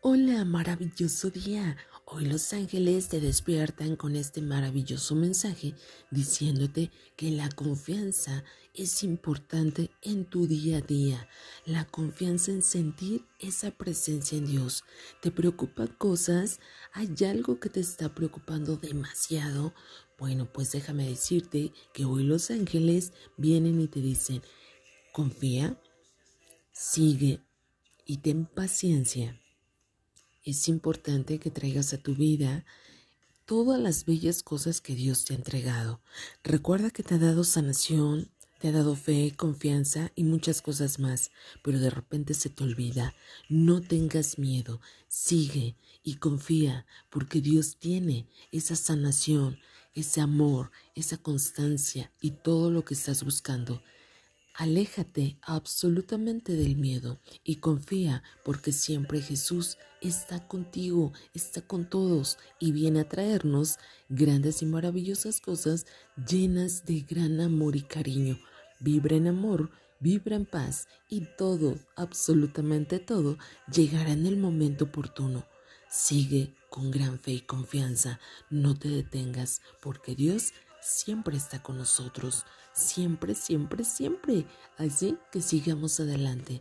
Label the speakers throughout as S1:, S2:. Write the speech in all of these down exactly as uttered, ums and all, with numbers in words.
S1: Hola, maravilloso día. Hoy los ángeles te despiertan con este maravilloso mensaje diciéndote que la confianza es importante en tu día a día. La confianza en sentir esa presencia en Dios. ¿Te preocupan cosas? ¿Hay algo que te está preocupando demasiado? Bueno, pues déjame decirte que hoy los ángeles vienen y te dicen, confía, sigue y ten paciencia. Es importante que traigas a tu vida todas las bellas cosas que Dios te ha entregado. Recuerda que te ha dado sanación, te ha dado fe, confianza y muchas cosas más, pero de repente se te olvida. No tengas miedo, sigue y confía, porque Dios tiene esa sanación, ese amor, esa constancia y todo lo que estás buscando. Aléjate absolutamente del miedo y confía porque siempre Jesús está contigo, está con todos y viene a traernos grandes y maravillosas cosas llenas de gran amor y cariño. Vibra en amor, vibra en paz y todo, absolutamente todo, llegará en el momento oportuno. Sigue con gran fe y confianza, no te detengas porque Dios siempre está con nosotros, siempre, siempre, siempre. Así que sigamos adelante.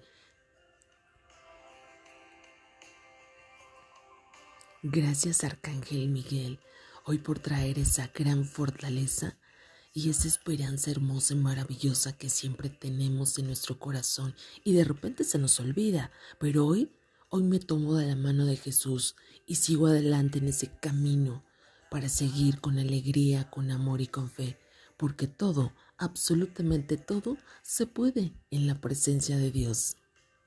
S1: Gracias, Arcángel Miguel, hoy por traer esa gran fortaleza y esa esperanza hermosa y maravillosa que siempre tenemos en nuestro corazón y de repente se nos olvida, pero hoy, hoy me tomo de la mano de Jesús y sigo adelante en ese camino para seguir con alegría, con amor y con fe, porque todo, absolutamente todo, se puede en la presencia de Dios.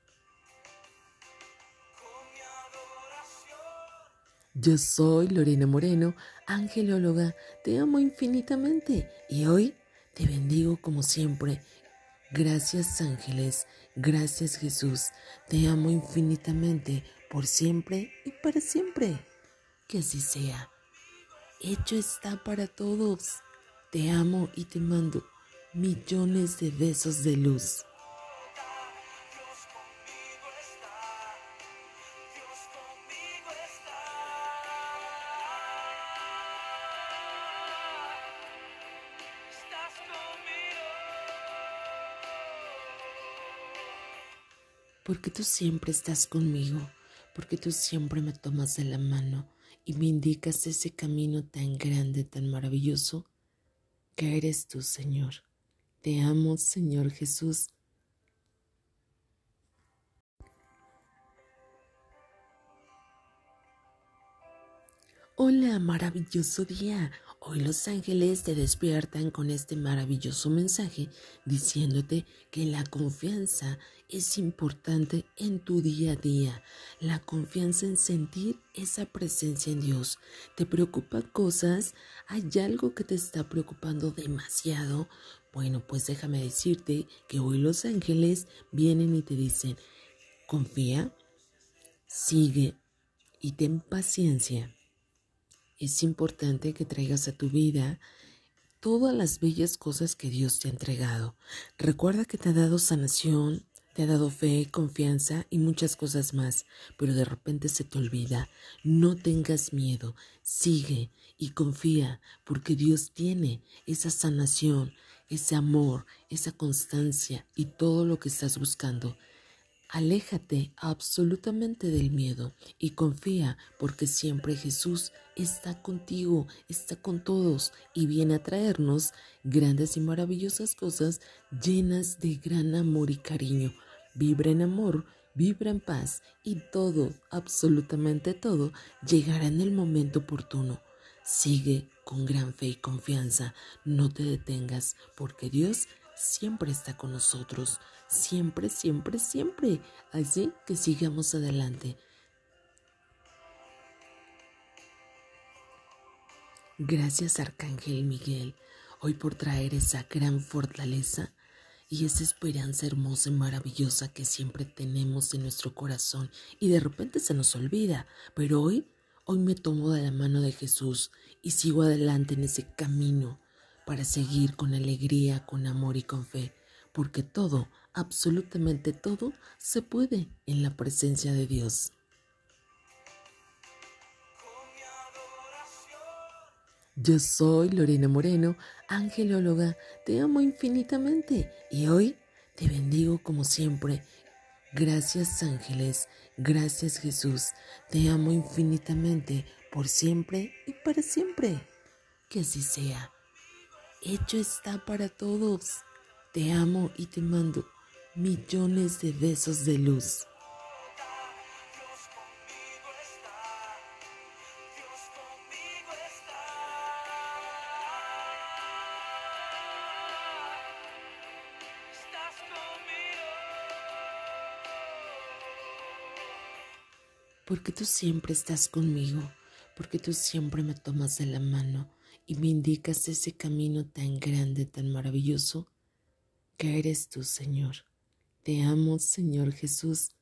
S1: Yo soy Lorena Moreno, angelóloga, te amo infinitamente y hoy te bendigo como siempre. Gracias ángeles, gracias Jesús, te amo infinitamente por siempre y para siempre. Que así sea. Hecho está para todos. Te amo y te mando millones de besos de luz. Porque tú siempre estás conmigo, porque tú siempre me tomas de la mano y me indicas ese camino tan grande, tan maravilloso, que eres tú, Señor. Te amo, Señor Jesús. Hola, maravilloso día. Hoy los ángeles te despiertan con este maravilloso mensaje diciéndote que la confianza es importante en tu día a día. La confianza en sentir esa presencia en Dios. ¿Te preocupan cosas? ¿Hay algo que te está preocupando demasiado? Bueno, pues déjame decirte que hoy los ángeles vienen y te dicen, confía, sigue y ten paciencia. Es importante que traigas a tu vida todas las bellas cosas que Dios te ha entregado. Recuerda que te ha dado sanación, te ha dado fe, confianza y muchas cosas más, pero de repente se te olvida. No tengas miedo, sigue y confía, porque Dios tiene esa sanación, ese amor, esa constancia y todo lo que estás buscando. Aléjate absolutamente del miedo y confía porque siempre Jesús está contigo, está con todos y viene a traernos grandes y maravillosas cosas llenas de gran amor y cariño. Vibra en amor, vibra en paz y todo, absolutamente todo, llegará en el momento oportuno. Sigue con gran fe y confianza, no te detengas porque Dios siempre está con nosotros, siempre, siempre, siempre. Así que sigamos adelante. Gracias, Arcángel Miguel, hoy por traer esa gran fortaleza y esa esperanza hermosa y maravillosa que siempre tenemos en nuestro corazón y de repente se nos olvida, pero hoy, hoy me tomo de la mano de Jesús y sigo adelante en ese camino para seguir con alegría, con amor y con fe, porque todo, absolutamente todo, se puede en la presencia de Dios. Yo soy Lorena Moreno, angelóloga, te amo infinitamente y hoy te bendigo como siempre. Gracias ángeles, gracias Jesús, te amo infinitamente por siempre y para siempre. Que así sea. Hecho está para todos. Te amo y te mando millones de besos de luz.
S2: Dios conmigo está, Dios conmigo está. Estás conmigo.
S1: Porque tú siempre estás conmigo, porque tú siempre me tomas de la mano y me indicas ese camino tan grande, tan maravilloso que eres tú, Señor. Te amo, Señor Jesús,